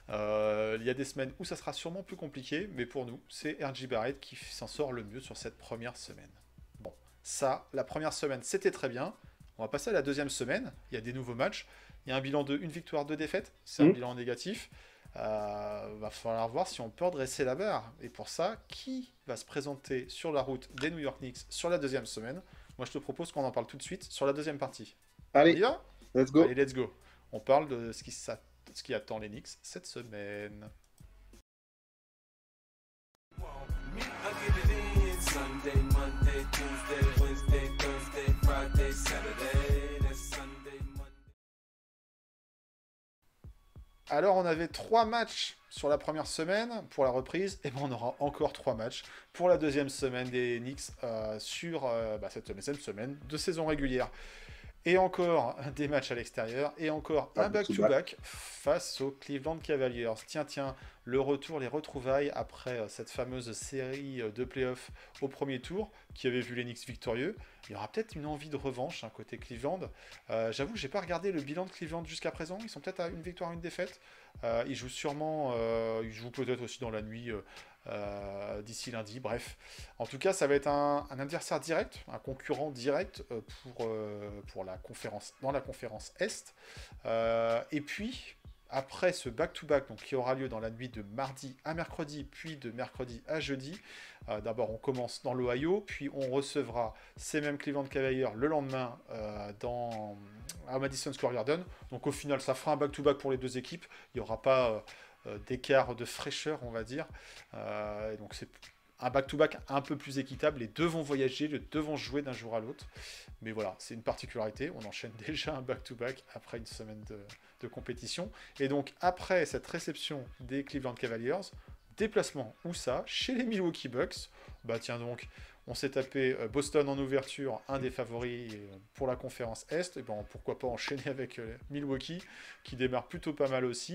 Il y a des semaines où ça sera sûrement plus compliqué, mais pour nous, c'est R.J. Barrett qui s'en sort le mieux sur cette première semaine. Bon, ça, la première semaine, c'était très bien. On va passer à la deuxième semaine. Il y a des nouveaux matchs. Il y a un bilan de 1 victoire, 2 défaites. C'est un bilan négatif. Va falloir voir si on peut redresser la barre. Et pour ça, qui va se présenter sur la route des New York Knicks sur la deuxième semaine? Moi, je te propose qu'on en parle tout de suite sur la deuxième partie. Allez, on y va? let's go. Allez, let's go. On parle de ce qui attend les Knicks cette semaine. Alors, on avait 3 matchs sur la première semaine pour la reprise, et ben on aura encore 3 matchs pour la deuxième semaine des Knicks sur cette semaine de saison régulière. Et encore des matchs à l'extérieur, et encore un back-to-back face aux Cleveland Cavaliers. Tiens, le retour, les retrouvailles après cette fameuse série de playoffs au premier tour, qui avait vu les Knicks victorieux. Il y aura peut-être une envie de revanche côté Cleveland. J'avoue que j'ai pas regardé le bilan de Cleveland jusqu'à présent. Ils sont peut-être à une victoire, une défaite. Ils jouent sûrement, ils jouent peut-être aussi dans la nuit d'ici lundi. Bref, en tout cas, ça va être un adversaire direct, un concurrent direct pour la conférence, dans la conférence Est. Et puis, après ce back-to-back donc, qui aura lieu dans la nuit de mardi à mercredi, puis de mercredi à jeudi, d'abord on commence dans l'Ohio, puis on recevra ces mêmes Cleveland Cavaliers le lendemain à Madison Square Garden. Donc au final, ça fera un back-to-back pour les deux équipes. Il n'y aura pas d'écart de fraîcheur, on va dire. Donc c'est un back-to-back un peu plus équitable. Les deux vont voyager, les deux vont jouer d'un jour à l'autre. Mais voilà, c'est une particularité. On enchaîne déjà un back-to-back après une semaine de compétition. Et donc, après cette réception des Cleveland Cavaliers, déplacement où ça? Chez les Milwaukee Bucks. Bah tiens donc, on s'est tapé Boston en ouverture, un des favoris pour la conférence Est. Et ben pourquoi pas enchaîner avec Milwaukee, qui démarre plutôt pas mal aussi.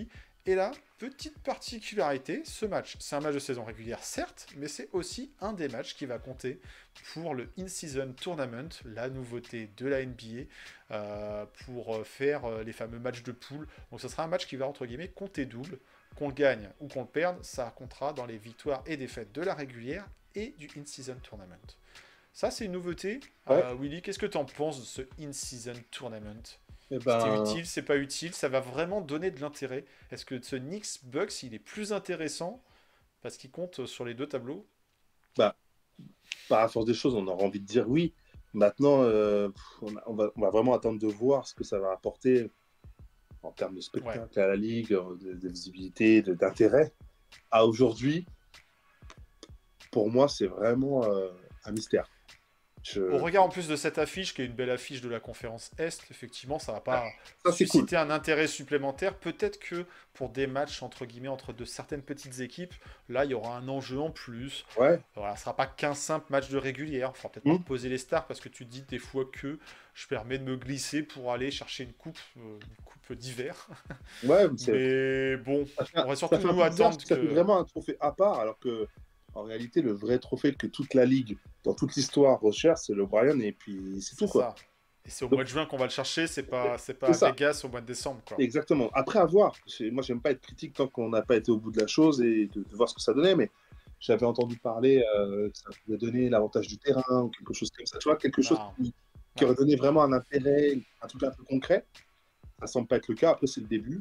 Et là, petite particularité, ce match, c'est un match de saison régulière, certes, mais c'est aussi un des matchs qui va compter pour le In-Season Tournament, la nouveauté de la NBA, pour faire les fameux matchs de poule. Donc ce sera un match qui va, entre guillemets, compter double. Qu'on le gagne ou qu'on le perde, ça comptera dans les victoires et défaites de la régulière et du In-Season Tournament. Ça, c'est une nouveauté. Ouais. Willy, qu'est-ce que tu en penses de ce In-Season Tournament? Eh C'était ben, utile, c'est pas utile, ça va vraiment donner de l'intérêt. Est-ce que ce Knicks Bucks, il est plus intéressant parce qu'il compte sur les deux tableaux? bah, par la force des choses, on aura envie de dire oui. Maintenant, on va vraiment attendre de voir ce que ça va apporter en termes de Ouais. spectacle à la Ligue, de visibilité, d'intérêt. À aujourd'hui, pour moi, c'est vraiment un mystère. Au regard en plus de cette affiche, qui est une belle affiche de la conférence Est, effectivement, ça va pas Ça, c'est cool. susciter un intérêt supplémentaire. Peut-être que pour des matchs, entre guillemets, entre de certaines petites équipes, là, il y aura un enjeu en plus. Ouais. Voilà, ce ne sera pas qu'un simple match de régulière. Il faudra peut-être pas reposer les stars parce que tu te dis des fois que je permets de me glisser pour aller chercher une coupe d'hiver. Ouais, Mais bon, on va surtout ça fait un nous peu bizarre, attendre parce que ça fait vraiment un trophée à part, alors que en réalité, le vrai trophée que toute la Ligue, dans toute l'histoire, recherche, c'est le Brian, et puis c'est tout, quoi. ça. Et c'est au mois de juin qu'on va le chercher, c'est pas C'est à ça. Vegas au mois de décembre, quoi. Exactement. Après, à voir. Moi, j'aime pas être critique tant qu'on n'a pas été au bout de la chose et de voir ce que ça donnait, mais j'avais entendu parler que ça pouvait donner l'avantage du terrain ou quelque chose comme ça. Tu vois, quelque chose Non. qui aurait donné vraiment un intérêt, un truc un peu concret. Ça semble pas être le cas. Après, c'est le début.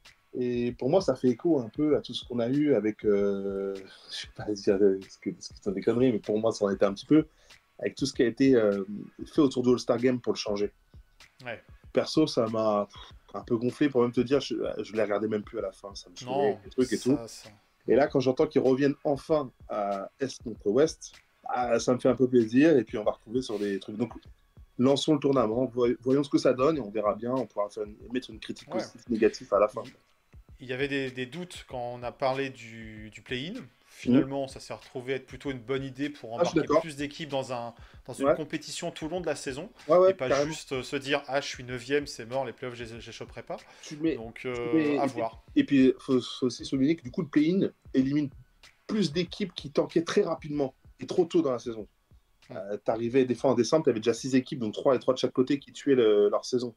Et pour moi, ça fait écho un peu à tout ce qu'on a eu avec, je sais pas dire ce que sont des conneries, mais pour moi, ça en était un petit peu, avec tout ce qui a été fait autour du All-Star Game pour le changer. Ouais. Perso, ça m'a un peu gonflé pour même te dire, je l'ai regardé même plus à la fin, ça me saoulait, Non, des trucs et tout. ça. Et là, quand j'entends qu'ils reviennent enfin à Est contre Ouest, ça me fait un peu plaisir, et puis on va retrouver sur des trucs. Donc, lançons le tournament, voyons ce que ça donne, et on verra bien, on pourra mettre une critique positive, négative à la fin. Il y avait des doutes quand on a parlé du play-in. Finalement, ça s'est retrouvé être plutôt une bonne idée pour embarquer plus d'équipes dans une compétition tout le long de la saison. Et pas carrément. Juste se dire, ah, je suis 9ème, c'est mort, les playoffs, je les choperai pas. Donc, à voir. Et puis, il faut aussi souligner que du coup, le play-in élimine plus d'équipes qui tankaient très rapidement et trop tôt dans la saison. T'arrivais des fois en décembre, t'avais déjà 6 équipes, donc 3 de chaque côté qui tuaient leur saison.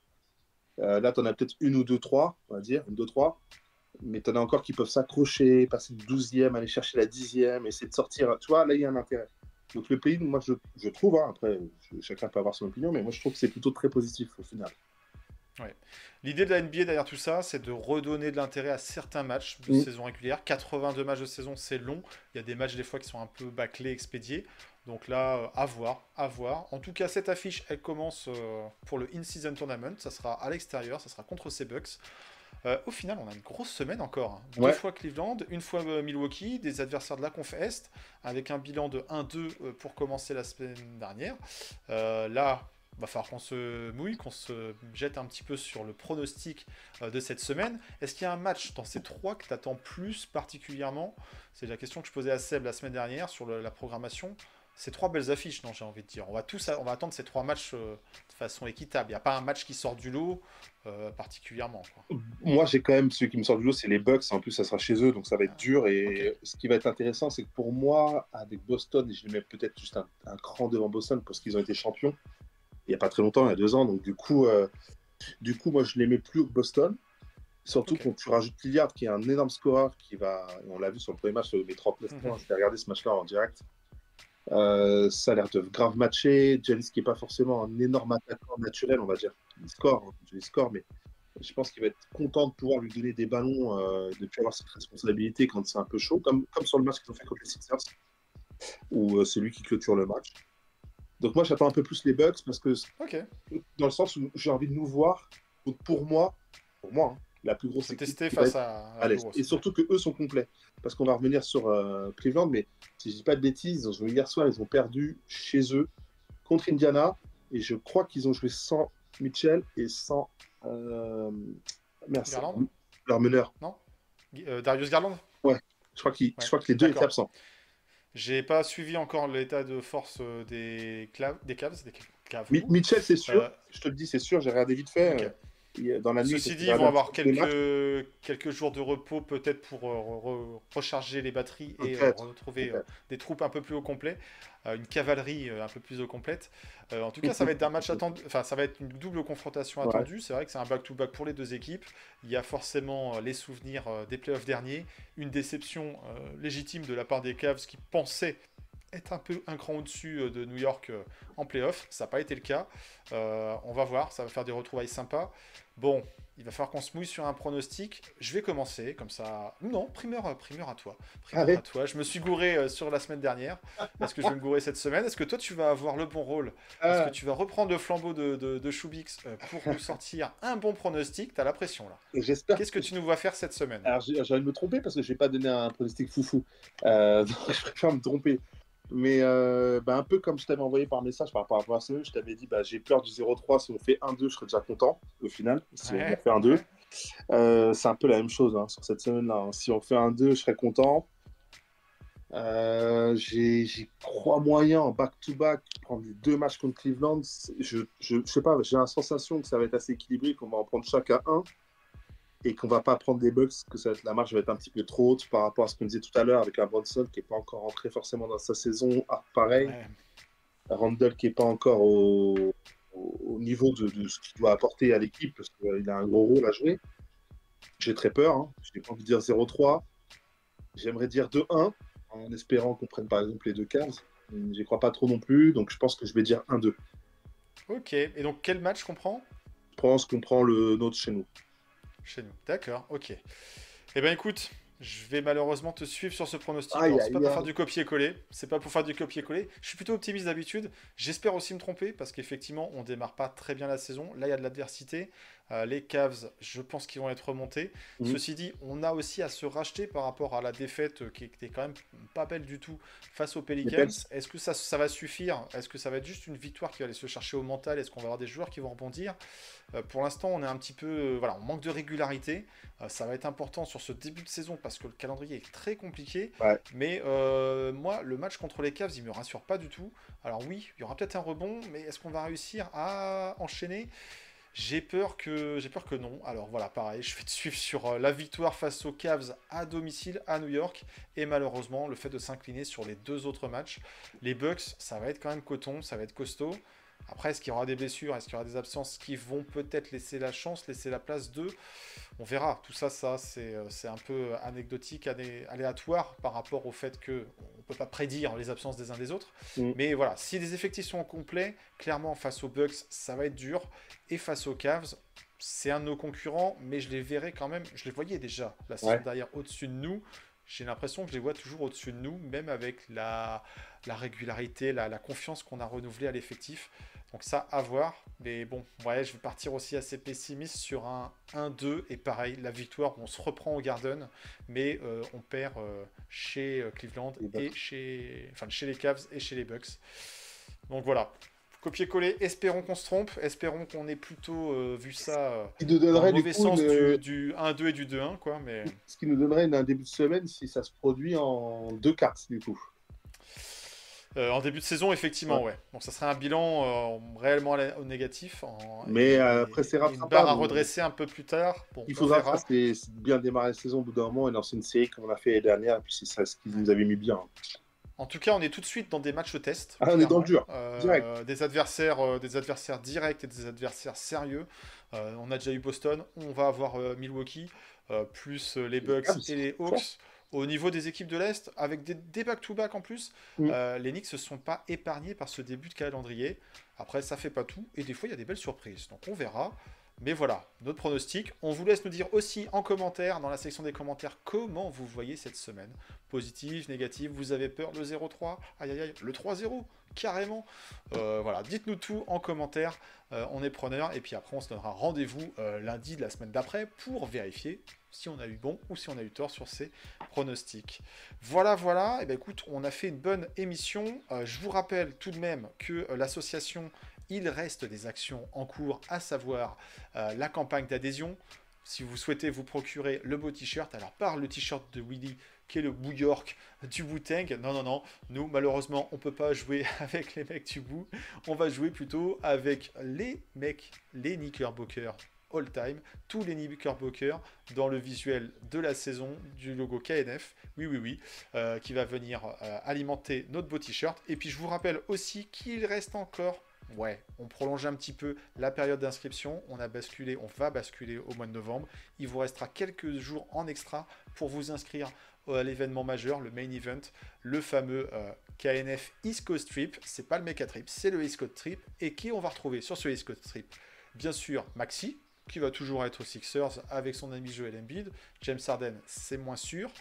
Là, t'en as peut-être une ou deux, trois, on va dire, une, deux, trois. Mais t'en as encore qui peuvent s'accrocher, passer le 12e, aller chercher la 10e, essayer de sortir. Tu vois, là, il y a un intérêt. Donc le play-in, moi, je trouve, après, chacun peut avoir son opinion, mais moi, je trouve que c'est plutôt très positif au final. Ouais. L'idée de la NBA derrière tout ça, c'est de redonner de l'intérêt à certains matchs de saison régulière. 82 matchs de saison, c'est long. Il y a des matchs des fois qui sont un peu bâclés, expédiés. Donc là, à voir. En tout cas, cette affiche, elle commence pour le In-Season Tournament. Ça sera à l'extérieur, ça sera contre ces Bucks. Au final, on a une grosse semaine encore. 2 fois Cleveland, une fois Milwaukee, des adversaires de la Conf Est, avec un bilan de 1-2 pour commencer la semaine dernière. Là, il va falloir qu'on se mouille, qu'on se jette un petit peu sur le pronostic de cette semaine. Est-ce qu'il y a un match dans ces 3 que tu attends plus particulièrement? C'est la question que je posais à Seb la semaine dernière sur la programmation. Ces 3 belles affiches, non, j'ai envie de dire. On va attendre ces 3 matchs de façon équitable. Il n'y a pas un match qui sort du lot particulièrement, quoi. Moi, j'ai quand même celui qui me sort du lot, c'est les Bucks. En plus, ça sera chez eux, donc ça va être dur. Et ce qui va être intéressant, c'est que pour moi, avec Boston, et je les mets peut-être juste un cran devant Boston parce qu'ils ont été champions il n'y a pas très longtemps, il y a 2 ans. Donc du coup, moi, je les mets plus au Boston. Surtout quand tu rajoutes Lillard, qui est un énorme scoreur, on l'a vu sur le premier match, les 39 points. J'ai regardé ce match-là en direct. Ça a l'air de grave matcher. Giannis qui n'est pas forcément un énorme attaquant naturel, on va dire. Il score, mais je pense qu'il va être content de pouvoir lui donner des ballons, de ne plus avoir cette responsabilité quand c'est un peu chaud, comme sur le match qu'ils ont fait contre les Sixers, où c'est lui qui clôture le match. Donc moi, j'attends un peu plus les Bucks, parce que dans le sens où j'ai envie de nous voir. Donc pour moi, la plus grosse équipe tester face à l'Est. Et surtout que eux sont complets. Parce qu'on va revenir sur Cleveland, mais si je dis pas de bêtises, ils ont joué hier soir, ils ont perdu chez eux contre Indiana, et je crois qu'ils ont joué sans Mitchell et sans Garland, leur meneur. Non, Darius Garland. Ouais, je crois que les deux étaient absents. J'ai pas suivi encore l'état de force des Cavs. Mitchell, c'est sûr. Je te le dis, c'est sûr. J'ai regardé vite fait. dans la nuit. Ceci dit, ils vont avoir quelques jours de repos peut-être pour recharger les batteries et retrouver des troupes un peu plus au complet, une cavalerie un peu plus au complète. En tout cas, ça va être un match attendu, enfin ça va être une double confrontation attendue. Ouais. C'est vrai que c'est un back-to-back pour les deux équipes. Il y a forcément les souvenirs des playoffs derniers, une déception légitime de la part des Cavs qui pensaient être un cran au-dessus de New York en playoff. Ça n'a pas été le cas. On va voir, ça va faire des retrouvailles sympas. Bon, il va falloir qu'on se mouille sur un pronostic. Je vais commencer, comme ça... Non, primeur à toi. À toi. Je me suis gouré sur la semaine dernière. Est-ce que je vais me gourer cette semaine? Est-ce que toi, tu vas avoir le bon rôle? Est-ce que tu vas reprendre le flambeau de Choubix pour nous sortir un bon pronostic? T'as la pression, là. J'espère. Qu'est-ce que tu nous vas faire cette semaine? Alors, j'ai envie de me tromper parce que je ne vais pas donner un pronostic foufou. Donc, je préfère me tromper. Mais un peu comme je t'avais envoyé par message par rapport à la semaine, je t'avais dit j'ai peur du 0-3. Si on fait 1-2, je serais déjà content au final. Si on fait 1-2, c'est un peu la même chose sur cette semaine-là. Hein. Si on fait 1-2, je serais content. J'y crois moyen en back-to-back, prendre les 2 matchs contre Cleveland. Je sais pas, j'ai la sensation que ça va être assez équilibré, qu'on va en prendre chacun un. Et qu'on va pas prendre des Bucks, que la marge va être un petit peu trop haute par rapport à ce qu'on disait tout à l'heure avec un Bronson qui n'est pas encore rentré forcément dans sa saison. Pareil, Randall qui n'est pas encore au niveau de ce qu'il doit apporter à l'équipe parce qu'il a un gros rôle à jouer. J'ai très peur. Hein. Je n'ai pas envie de dire 0-3. J'aimerais dire 2-1 en espérant qu'on prenne par exemple les 2 Cavs. J'y crois pas trop non plus, donc je pense que je vais dire 1-2. Ok, et donc quel match qu'on prend? Je pense qu'on prend le nôtre chez nous. Chez nous, d'accord, ok. Eh bien écoute, je vais malheureusement te suivre sur ce pronostic. C'est pas pour faire du copier-coller. Je suis plutôt optimiste d'habitude. J'espère aussi me tromper parce qu'effectivement, on démarre pas très bien la saison. Là, il y a de l'adversité. Les Cavs, je pense qu'ils vont être remontés. Ceci dit, on a aussi à se racheter par rapport à la défaite qui était quand même pas belle du tout face aux Pelicans. Est-ce que ça va suffire? Est-ce que ça va être juste une victoire qui va aller se chercher au mental? Est-ce qu'on va avoir des joueurs qui vont rebondir? Pour l'instant, on est un petit peu... on manque de régularité. Ça va être important sur ce début de saison parce que le calendrier est très compliqué. Ouais. Mais moi, le match contre les Cavs, il me rassure pas du tout. Alors oui, il y aura peut-être un rebond, mais est-ce qu'on va réussir à enchaîner? J'ai peur que non. Alors voilà, pareil, je vais te suivre sur la victoire face aux Cavs à domicile à New York et malheureusement le fait de s'incliner sur les 2 autres matchs. Les Bucks, ça va être quand même coton, ça va être costaud. Après, est-ce qu'il y aura des blessures? Est-ce qu'il y aura des absences qui vont peut-être laisser la chance, laisser la place d'eux? On verra. Tout ça, c'est un peu anecdotique, aléatoire par rapport au fait qu'on ne peut pas prédire les absences des uns des autres. Mais voilà, si les effectifs sont complets, clairement, face aux Bucks, ça va être dur. Et face aux Cavs, c'est un de nos concurrents, mais je les verrai quand même. Je les voyais déjà la saison derrière au-dessus de nous. J'ai l'impression que je les vois toujours au-dessus de nous, même avec la régularité, la confiance qu'on a renouvelée à l'effectif. Donc ça, à voir. Mais bon, ouais, je vais partir aussi assez pessimiste sur un 1-2. Et pareil, la victoire, on se reprend au Garden, mais on perd chez Cleveland et chez les Cavs et chez les Bucks. Donc voilà. Copier-coller, espérons qu'on se trompe, espérons qu'on ait plutôt vu ça dans le mauvais sens du 1-2 et du 2-1, quoi. Mais... Ce qui nous donnerait un début de semaine si ça se produit en 2 cartes, du coup. En début de saison, effectivement, ouais. Donc ça serait un bilan réellement au négatif. Mais après, c'est une barre à redresser un peu plus tard. Bon, il faudra c'est bien démarrer la saison au bout d'un moment et lancer une série comme on a fait l'année dernière. Et puis c'est ça ce qu'ils nous avaient mis bien. En tout cas, on est tout de suite dans des matchs test. On est dans le dur. Direct. Des adversaires directs et des adversaires sérieux. On a déjà eu Boston, on va avoir Milwaukee, plus les Bucks et les Hawks. Au niveau des équipes de l'Est, avec des back-to-back en plus, les Knicks ne se sont pas épargnés par ce début de calendrier. Après, ça fait pas tout. Et des fois, il y a des belles surprises. Donc, on verra. Mais voilà, notre pronostic. On vous laisse nous dire aussi en commentaire, dans la section des commentaires, comment vous voyez cette semaine. Positif, négatif, vous avez peur, le 0-3, aïe aïe aïe, le 3-0, carrément. Voilà, dites-nous tout en commentaire, on est preneurs. Et puis après, on se donnera rendez-vous lundi de la semaine d'après pour vérifier si on a eu bon ou si on a eu tort sur ces pronostics. Voilà. Et bien écoute, on a fait une bonne émission. Je vous rappelle tout de même que l'association... Il reste des actions en cours, à savoir la campagne d'adhésion. Si vous souhaitez vous procurer le beau t-shirt, alors par le t-shirt de Willy, qui est le Boo York du Wu-Tang. Non. Nous, malheureusement, on ne peut pas jouer avec les mecs du Boo. On va jouer plutôt avec les mecs, les Knickerbockers all-time, tous les Knickerbockers dans le visuel de la saison du logo KNF, oui, qui va venir alimenter notre beau t-shirt. Et puis je vous rappelle aussi qu'il reste encore, on prolonge un petit peu la période d'inscription, on va basculer au mois de novembre. Il vous restera quelques jours en extra pour vous inscrire à l'événement majeur, le main event, le fameux KNF East Coast Trip. C'est pas le Mecha Trip, c'est le East Coast Trip. Et qui on va retrouver sur ce East Coast Trip? Bien sûr, Maxi, qui va toujours être aux Sixers avec son ami Joel Embiid. James Harden, c'est moins sûr.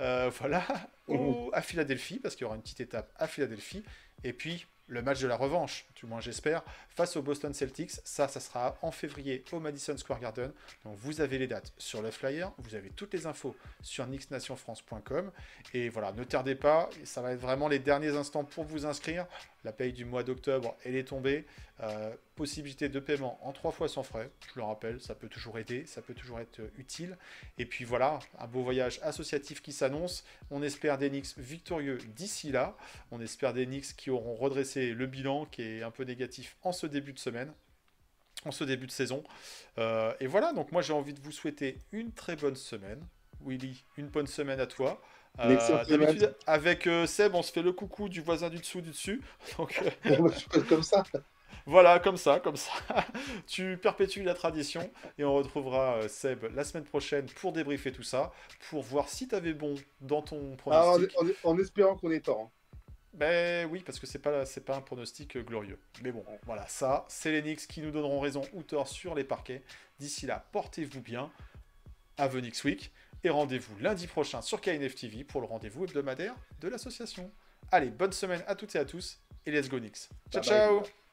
À Philadelphie, parce qu'il y aura une petite étape à Philadelphie. Et puis, le match de la revanche, du moins j'espère, face aux Boston Celtics. Ça sera en février au Madison Square Garden. Donc vous avez les dates sur le flyer, vous avez toutes les infos sur knicksnationfrance.com. Et voilà, ne tardez pas, ça va être vraiment les derniers instants pour vous inscrire. La paye du mois d'octobre, elle est tombée. Possibilité de paiement en 3 fois sans frais. Je le rappelle, ça peut toujours aider, ça peut toujours être utile. Et puis voilà, un beau voyage associatif qui s'annonce. On espère des Knicks victorieux d'ici là. On espère des Knicks qui auront redressé le bilan qui est un peu négatif en ce début de semaine, en ce début de saison. Et voilà, donc moi j'ai envie de vous souhaiter une très bonne semaine. Willy, une bonne semaine à toi. D'habitude, avec Seb, on se fait le coucou du voisin du dessus. Donc, comme ça. Voilà, comme ça. Tu perpétues la tradition et on retrouvera Seb la semaine prochaine pour débriefer tout ça, pour voir si tu avais bon dans ton pronostic. En espérant qu'on ait tort. Hein. Ben oui, parce que c'est pas un pronostic glorieux. Mais bon, voilà, ça, c'est les Knicks qui nous donneront raison ou tort sur les parquets. D'ici là, portez-vous bien. À The Knicks Week. Et rendez-vous lundi prochain sur KNF TV pour le rendez-vous hebdomadaire de l'association. Allez, bonne semaine à toutes et à tous. Et let's go Knicks. Ciao, ciao.